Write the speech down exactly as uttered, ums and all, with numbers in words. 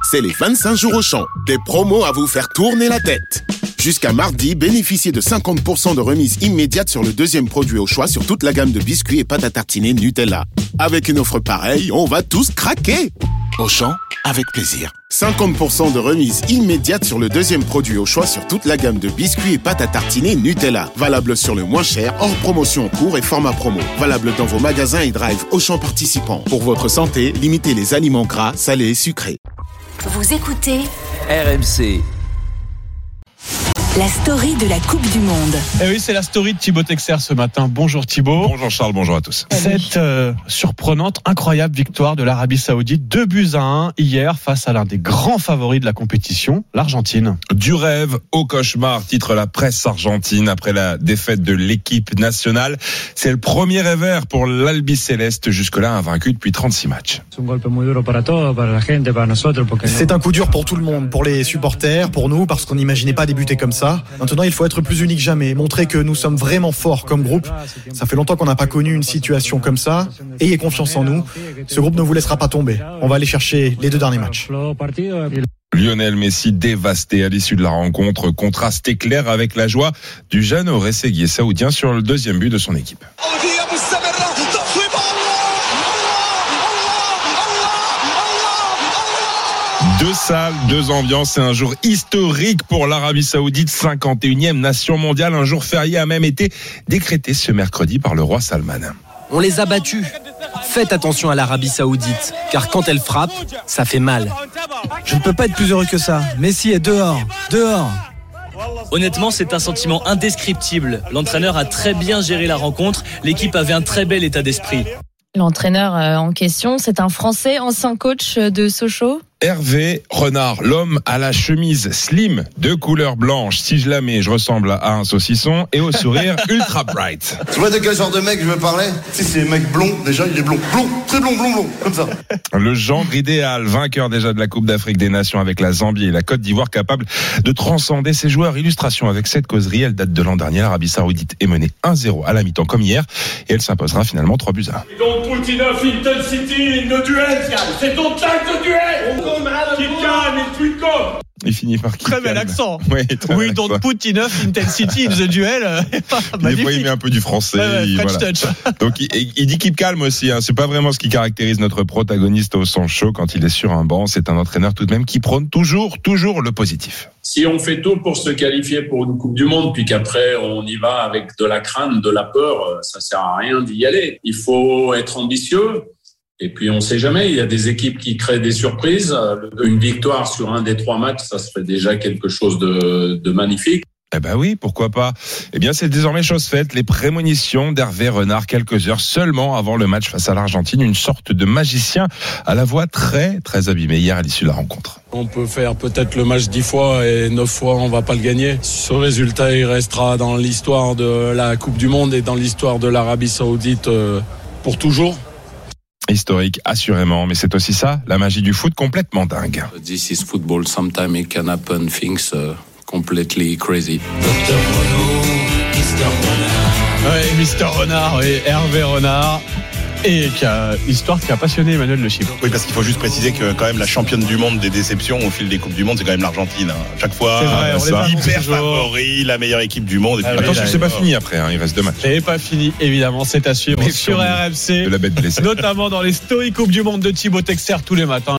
C'est les vingt-cinq jours Auchan. Des promos à vous faire tourner la tête. Jusqu'à mardi, bénéficiez de cinquante pour cent de remise immédiate sur le deuxième produit au choix sur toute la gamme de biscuits et pâtes à tartiner Nutella. Avec une offre pareille, on va tous craquer. Auchan, avec plaisir. cinquante pour cent de remise immédiate sur le deuxième produit au choix sur toute la gamme de biscuits et pâtes à tartiner Nutella. Valable sur le moins cher, hors promotion en cours et format promo. Valable dans vos magasins et drive Auchan participants. Pour votre santé, limitez les aliments gras, salés et sucrés. Vous écoutez R M C. La story de la Coupe du Monde. Et oui, c'est la story de Thibaut Texer ce matin. Bonjour Thibaut. Bonjour Charles, bonjour à tous. Cette euh, surprenante, incroyable victoire de l'Arabie Saoudite, deux buts à un hier face à l'un des grands favoris de la compétition, l'Argentine. Du rêve au cauchemar, titre la presse argentine après la défaite de l'équipe nationale. C'est le premier revers pour l'Albiceleste, jusque-là invaincu depuis trente-six matchs. C'est un coup dur pour tout le monde, pour les supporters, pour nous, parce qu'on n'imaginait pas débuter comme ça. Maintenant, il faut être plus unique que jamais, montrer que nous sommes vraiment forts comme groupe. Ça fait longtemps qu'on n'a pas connu une situation comme ça. Ayez confiance en nous. Ce groupe ne vous laissera pas tomber. On va aller chercher les deux derniers matchs. Lionel Messi dévasté à l'issue de la rencontre, contraste clair avec la joie du jeune Oresseguier saoudien sur le deuxième but de son équipe. Deux salles, deux ambiances et un jour historique pour l'Arabie Saoudite, cinquante et unième nation mondiale. Un jour férié a même été décrété ce mercredi par le roi Salman. On les a battus. Faites attention à l'Arabie Saoudite, car quand elle frappe, ça fait mal. Je ne peux pas être plus heureux que ça. Messi est dehors, dehors. Honnêtement, c'est un sentiment indescriptible. L'entraîneur a très bien géré la rencontre. L'équipe avait un très bel état d'esprit. L'entraîneur en question, c'est un Français, ancien coach de Sochaux. Hervé Renard, l'homme à la chemise slim de couleur blanche. Si je la mets, je ressemble à un saucisson et au sourire ultra bright. Tu vois de quel genre de mec je veux parler? Si c'est un mec blond, déjà il est blond, blond, très blond, blond, blond, comme ça. Le genre idéal, vainqueur déjà de la Coupe d'Afrique des Nations avec la Zambie et la Côte d'Ivoire, capable de transcender ses joueurs. Illustration avec cette causerie, elle date de l'an dernier. L'Arabie Saoudite est menée un zéro à la mi-temps comme hier et elle s'imposera finalement trois buts à un. Donc Poutine of Intensity, le duel, c'est ton tac de duel. Keep calm and tweet come. Il finit par très bel accent. Oui, oui donc put enough intensity in the duel. Des fois, il met un peu du français. Ouais, ouais, il, French voilà. touch. Donc, il, il dit keep calm aussi. Hein. C'est pas vraiment ce qui caractérise notre protagoniste au sang chaud quand il est sur un banc. C'est un entraîneur tout de même qui prône toujours, toujours le positif. Si on fait tout pour se qualifier pour une Coupe du Monde, puis qu'après on y va avec de la crainte, de la peur, ça sert à rien d'y aller. Il faut être ambitieux. Et puis on sait jamais, il y a des équipes qui créent des surprises. Une victoire sur un des trois matchs, ça serait déjà quelque chose de, de magnifique. Eh ben oui, pourquoi pas. Eh bien, c'est désormais chose faite. Les prémonitions d'Hervé Renard, quelques heures seulement avant le match face à l'Argentine. Une sorte de magicien à la voix très, très abîmée hier à l'issue de la rencontre. On peut faire peut-être le match dix fois et neuf fois, on va pas le gagner. Ce résultat, il restera dans l'histoire de la Coupe du Monde et dans l'histoire de l'Arabie Saoudite pour toujours. Historique, assurément, mais c'est aussi ça, la magie du foot complètement dingue. This is football, sometimes it can happen things uh, completely crazy. docteur Renaud, mister Renard. Oui, mister Renard, oui, Hervé Renard. Et qui a histoire qui a passionné Emmanuel Le Chypre. Oui, parce qu'il faut juste préciser que quand même la championne du monde des déceptions au fil des coupes du monde, c'est quand même l'Argentine. Hein. Chaque fois, c'est vrai, on ça, est hyper favori, la meilleure équipe du monde. Et ah, attention, c'est pas fini après, hein, il reste deux matchs. C'est pas fini, évidemment, c'est à suivre sur R M C, de la bête blessée. Notamment dans les stories Coupe du Monde de Thibaut Texer tous les matins.